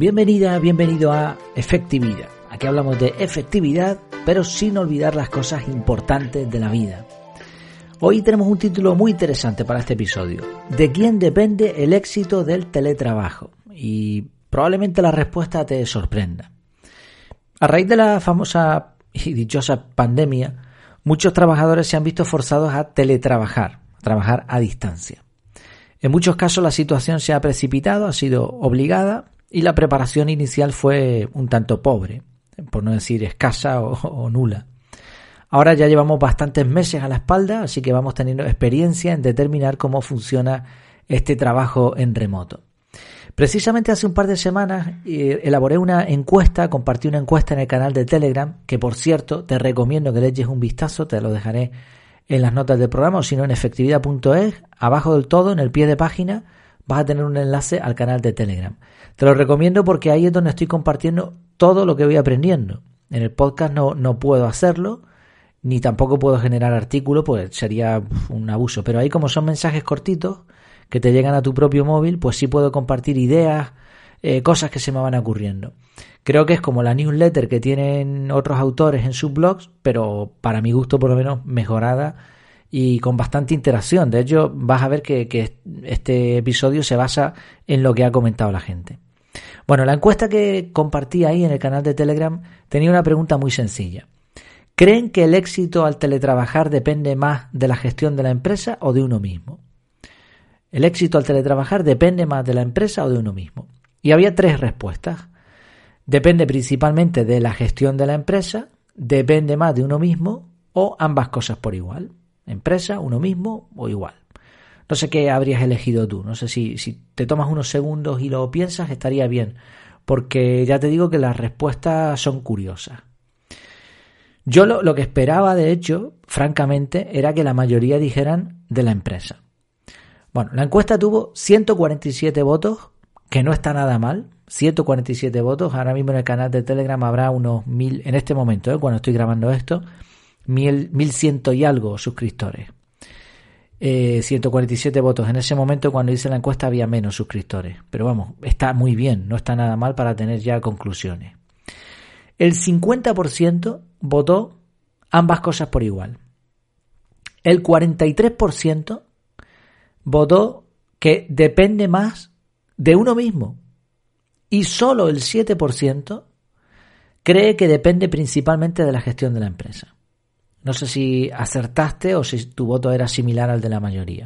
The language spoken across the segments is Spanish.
Bienvenida, bienvenido a Efectividad. Aquí hablamos de efectividad, pero sin olvidar las cosas importantes de la vida. Hoy tenemos un título muy interesante para este episodio. ¿De quién depende el éxito del teletrabajo? Y probablemente la respuesta te sorprenda. A raíz de la famosa y dichosa pandemia, muchos trabajadores se han visto forzados a teletrabajar, a trabajar a distancia. En muchos casos la situación se ha precipitado, ha sido obligada y la preparación inicial fue un tanto pobre, por no decir escasa o nula. Ahora ya llevamos bastantes meses a la espalda, así que vamos teniendo experiencia en determinar cómo funciona este trabajo en remoto. Precisamente hace un par de semanas elaboré una encuesta, compartí una encuesta en el canal de Telegram, que por cierto te recomiendo que le eches un vistazo, te lo dejaré en las notas del programa o si no en efectividad.es, abajo del todo en el pie de página vas a tener un enlace al canal de Telegram. Te lo recomiendo porque ahí es donde estoy compartiendo todo lo que voy aprendiendo. En el podcast no puedo hacerlo, ni tampoco puedo generar artículos, pues sería un abuso. Pero ahí como son mensajes cortitos que te llegan a tu propio móvil, pues sí puedo compartir ideas, cosas que se me van ocurriendo. Creo que es como la newsletter que tienen otros autores en sus blogs, pero para mi gusto por lo menos mejorada y con bastante interacción. De hecho, vas a ver que este episodio se basa en lo que ha comentado la gente. Bueno, la encuesta que compartí ahí en el canal de Telegram tenía una pregunta muy sencilla. ¿Creen que el éxito al teletrabajar depende más de la gestión de la empresa o de uno mismo? ¿El éxito al teletrabajar depende más de la empresa o de uno mismo? Y había 3 respuestas. Depende principalmente de la gestión de la empresa, depende más de uno mismo o ambas cosas por igual. Empresa, uno mismo o igual. No sé qué habrías elegido tú. No sé si te tomas unos segundos y lo piensas, estaría bien. Porque ya te digo que las respuestas son curiosas. Yo lo que esperaba, de hecho, francamente, era que la mayoría dijeran de la empresa. Bueno, la encuesta tuvo 147 votos, que no está nada mal. 147 votos. Ahora mismo en el canal de Telegram habrá unos 1000, en este momento, cuando estoy grabando esto, 1100 y algo suscriptores. 147 votos. En ese momento cuando hice la encuesta había menos suscriptores. Pero vamos, está muy bien, no está nada mal para tener ya conclusiones. El 50% votó ambas cosas por igual. El 43% votó que depende más de uno mismo. Y solo el 7% cree que depende principalmente de la gestión de la empresa. No sé si acertaste o si tu voto era similar al de la mayoría.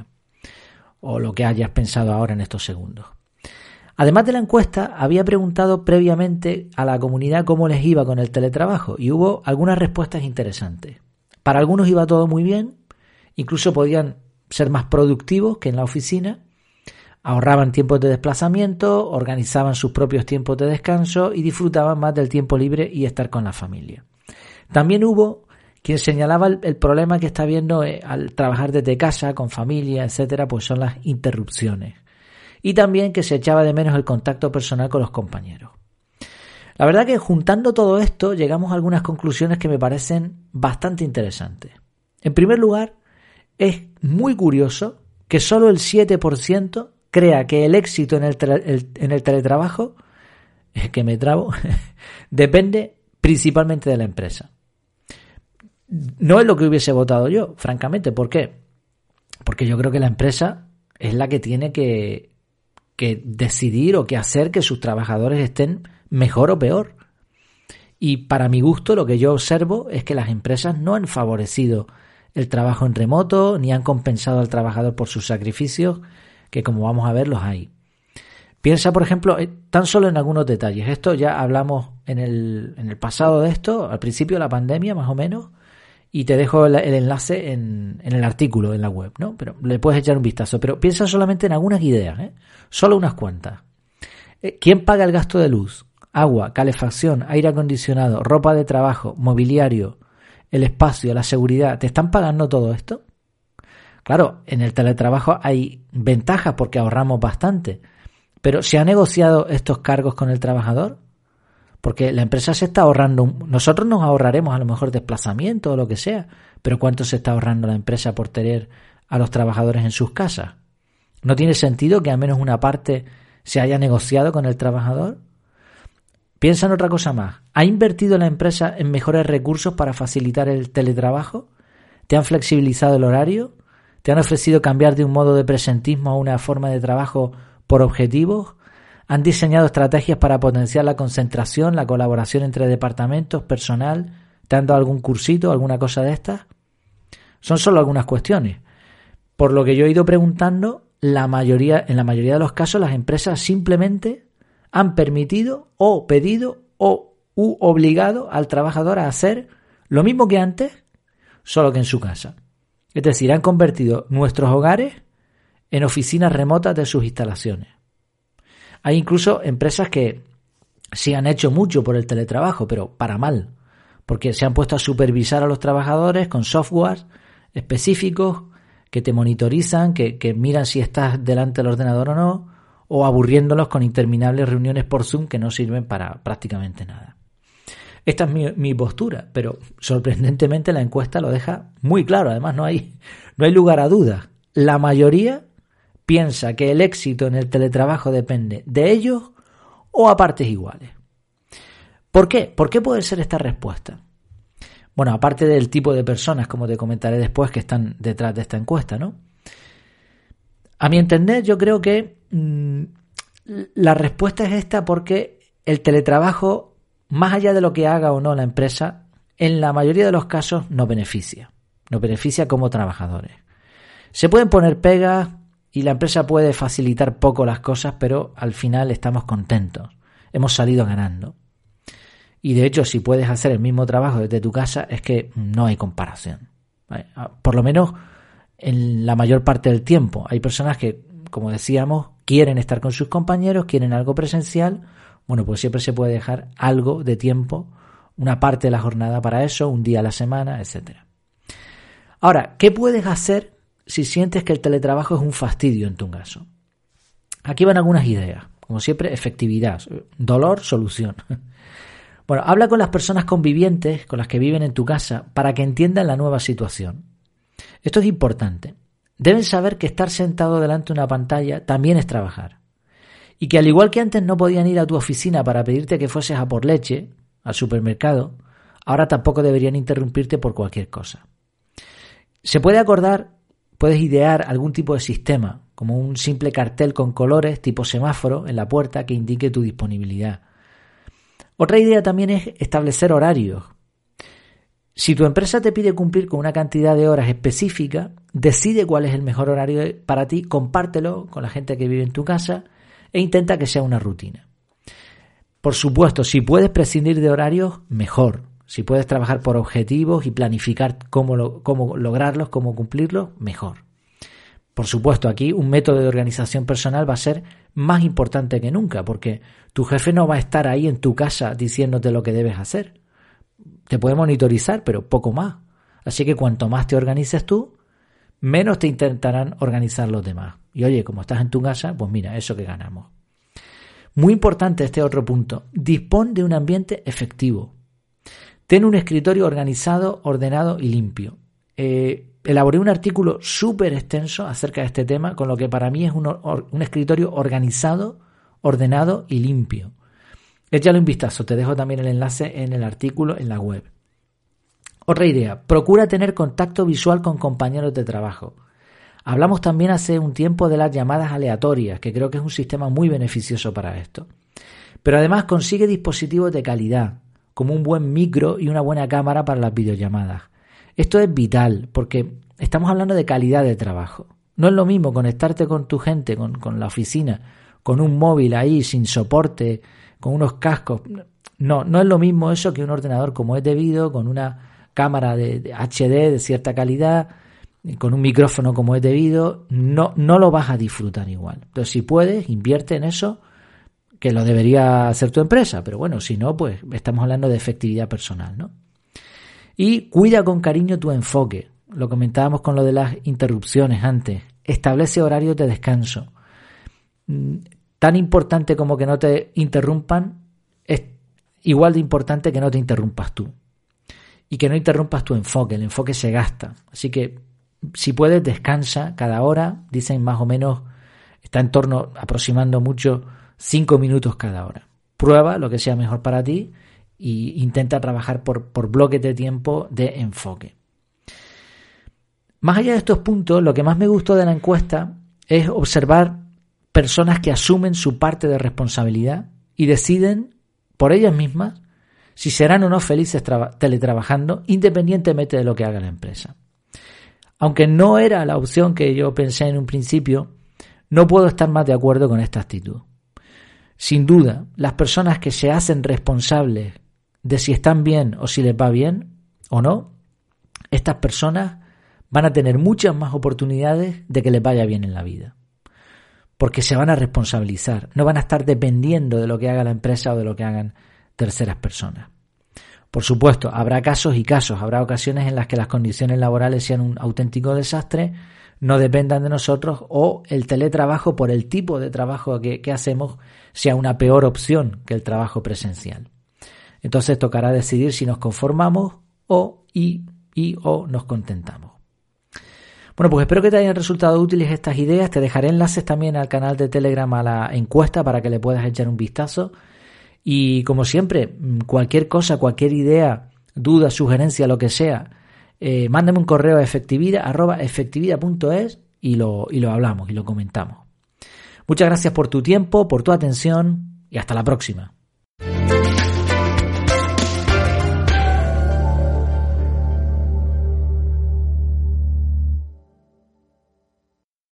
O lo que hayas pensado ahora en estos segundos. Además de la encuesta, había preguntado previamente a la comunidad cómo les iba con el teletrabajo y hubo algunas respuestas interesantes. Para algunos iba todo muy bien, incluso podían ser más productivos que en la oficina, ahorraban tiempos de desplazamiento, organizaban sus propios tiempos de descanso y disfrutaban más del tiempo libre y estar con la familia. También hubo quien señalaba el problema que está habiendo al trabajar desde casa, con familia, etcétera, pues son las interrupciones. Y también que se echaba de menos el contacto personal con los compañeros. La verdad que juntando todo esto llegamos a algunas conclusiones que me parecen bastante interesantes. En primer lugar, es muy curioso que solo el 7% crea que el éxito en el teletrabajo, que me trabo, depende principalmente de la empresa. No es lo que hubiese votado yo, francamente. ¿Por qué? Porque yo creo que la empresa es la que tiene que decidir o que hacer que sus trabajadores estén mejor o peor. Y para mi gusto lo que yo observo es que las empresas no han favorecido el trabajo en remoto ni han compensado al trabajador por sus sacrificios, que como vamos a ver los hay. Piensa, por ejemplo, tan solo en algunos detalles. Esto ya hablamos en el pasado de esto, al principio de la pandemia más o menos, y te dejo el enlace en el artículo en la web, ¿no? Pero le puedes echar un vistazo. Pero piensa solamente en algunas ideas, solo unas cuantas. ¿Quién paga el gasto de luz, agua, calefacción, aire acondicionado, ropa de trabajo, mobiliario, el espacio, la seguridad? ¿Te están pagando todo esto? Claro, en el teletrabajo hay ventajas porque ahorramos bastante. Pero ¿se ha negociado estos cargos con el trabajador? Porque la empresa se está ahorrando, nosotros nos ahorraremos a lo mejor desplazamiento o lo que sea, pero ¿cuánto se está ahorrando la empresa por tener a los trabajadores en sus casas? ¿No tiene sentido que al menos una parte se haya negociado con el trabajador? Piensa en otra cosa más. ¿Ha invertido la empresa en mejores recursos para facilitar el teletrabajo? ¿Te han flexibilizado el horario? ¿Te han ofrecido cambiar de un modo de presentismo a una forma de trabajo por objetivos? ¿Han diseñado estrategias para potenciar la concentración, la colaboración entre departamentos, personal? ¿Te han dado algún cursito, alguna cosa de estas? Son solo algunas cuestiones. Por lo que yo he ido preguntando, en la mayoría de los casos las empresas simplemente han permitido o pedido o obligado al trabajador a hacer lo mismo que antes, solo que en su casa. Es decir, han convertido nuestros hogares en oficinas remotas de sus instalaciones. Hay incluso empresas que sí han hecho mucho por el teletrabajo, pero para mal, porque se han puesto a supervisar a los trabajadores con software específicos que te monitorizan, que miran si estás delante del ordenador o no, o aburriéndolos con interminables reuniones por Zoom que no sirven para prácticamente nada. Esta es mi postura, pero sorprendentemente la encuesta lo deja muy claro. Además, no hay lugar a dudas. La mayoría piensa que el éxito en el teletrabajo depende de ellos o a partes iguales. ¿Por qué? ¿Por qué puede ser esta respuesta? Bueno, aparte del tipo de personas, como te comentaré después, que están detrás de esta encuesta, ¿no? A mi entender, yo creo que la respuesta es esta porque el teletrabajo, más allá de lo que haga o no la empresa, en la mayoría de los casos nos beneficia. Nos beneficia como trabajadores. Se pueden poner pegas y la empresa puede facilitar poco las cosas, pero al final estamos contentos. Hemos salido ganando. Y de hecho, si puedes hacer el mismo trabajo desde tu casa, es que no hay comparación. Por lo menos en la mayor parte del tiempo. Hay personas que, como decíamos, quieren estar con sus compañeros, quieren algo presencial. Bueno, pues siempre se puede dejar algo de tiempo, una parte de la jornada para eso, un día a la semana, etcétera. Ahora, ¿qué puedes hacer si sientes que el teletrabajo es un fastidio en tu caso? Aquí van algunas ideas. Como siempre, efectividad, dolor, solución. Bueno, habla con las personas convivientes, con las que viven en tu casa, para que entiendan la nueva situación. Esto es importante. Deben saber que estar sentado delante de una pantalla también es trabajar. Y que al igual que antes no podían ir a tu oficina para pedirte que fueses a por leche, al supermercado, ahora tampoco deberían interrumpirte por cualquier cosa. Se puede acordar, puedes idear algún tipo de sistema, como un simple cartel con colores tipo semáforo en la puerta que indique tu disponibilidad. Otra idea también es establecer horarios. Si tu empresa te pide cumplir con una cantidad de horas específica, decide cuál es el mejor horario para ti, compártelo con la gente que vive en tu casa e intenta que sea una rutina. Por supuesto, si puedes prescindir de horarios, mejor. Si puedes trabajar por objetivos y planificar cómo lograrlos, cómo cumplirlos, mejor. Por supuesto, aquí un método de organización personal va a ser más importante que nunca, porque tu jefe no va a estar ahí en tu casa diciéndote lo que debes hacer. Te puede monitorizar, pero poco más. Así que cuanto más te organices tú, menos te intentarán organizar los demás. Y oye, como estás en tu casa, pues mira, eso que ganamos. Muy importante este otro punto. Dispón de un ambiente efectivo. Ten un escritorio organizado, ordenado y limpio. Elaboré un artículo súper extenso acerca de este tema, con lo que para mí es un escritorio organizado, ordenado y limpio. Échale un vistazo, te dejo también el enlace en el artículo en la web. Otra idea, procura tener contacto visual con compañeros de trabajo. Hablamos también hace un tiempo de las llamadas aleatorias, que creo que es un sistema muy beneficioso para esto. Pero además consigue dispositivos de calidad, como un buen micro y una buena cámara para las videollamadas. Esto es vital porque estamos hablando de calidad de trabajo. No es lo mismo conectarte con tu gente, con la oficina, con un móvil ahí sin soporte, con unos cascos. No es lo mismo eso que un ordenador como es debido, con una cámara de HD de cierta calidad, con un micrófono como es debido. No lo vas a disfrutar igual. Entonces, si puedes, invierte en eso, que lo debería hacer tu empresa. Pero bueno, si no, pues estamos hablando de efectividad personal, ¿no? Y cuida con cariño tu enfoque. Lo comentábamos con lo de las interrupciones antes. Establece horarios de descanso. Tan importante como que no te interrumpan, es igual de importante que no te interrumpas tú. Y que no interrumpas tu enfoque. El enfoque se gasta. Así que, si puedes, descansa cada hora. Dicen más o menos, está en torno, aproximando mucho, 5 minutos cada hora. prueba lo que sea mejor para ti e intenta trabajar por bloques de tiempo de enfoque. Más allá de estos puntos, lo que más me gustó de la encuesta es observar personas que asumen su parte de responsabilidad y deciden por ellas mismas si serán o no felices teletrabajando, independientemente de lo que haga la empresa. Aunque no era la opción que yo pensé en un principio, no puedo estar más de acuerdo con esta actitud. Sin duda, las personas que se hacen responsables de si están bien o si les va bien o no, estas personas van a tener muchas más oportunidades de que les vaya bien en la vida. Porque se van a responsabilizar, no van a estar dependiendo de lo que haga la empresa o de lo que hagan terceras personas. Por supuesto, habrá casos y casos, habrá ocasiones en las que las condiciones laborales sean un auténtico desastre, no dependan de nosotros o el teletrabajo por el tipo de trabajo que hacemos sea una peor opción que el trabajo presencial. Entonces tocará decidir si nos conformamos o nos contentamos. Bueno, pues espero que te hayan resultado útiles estas ideas. Te dejaré enlaces también al canal de Telegram, a la encuesta, para que le puedas echar un vistazo. Y como siempre, cualquier cosa, cualquier idea, duda, sugerencia, lo que sea, mándame un correo a efectividad@efectividad.es y lo hablamos y lo comentamos. Muchas gracias por tu tiempo, por tu atención y hasta la próxima.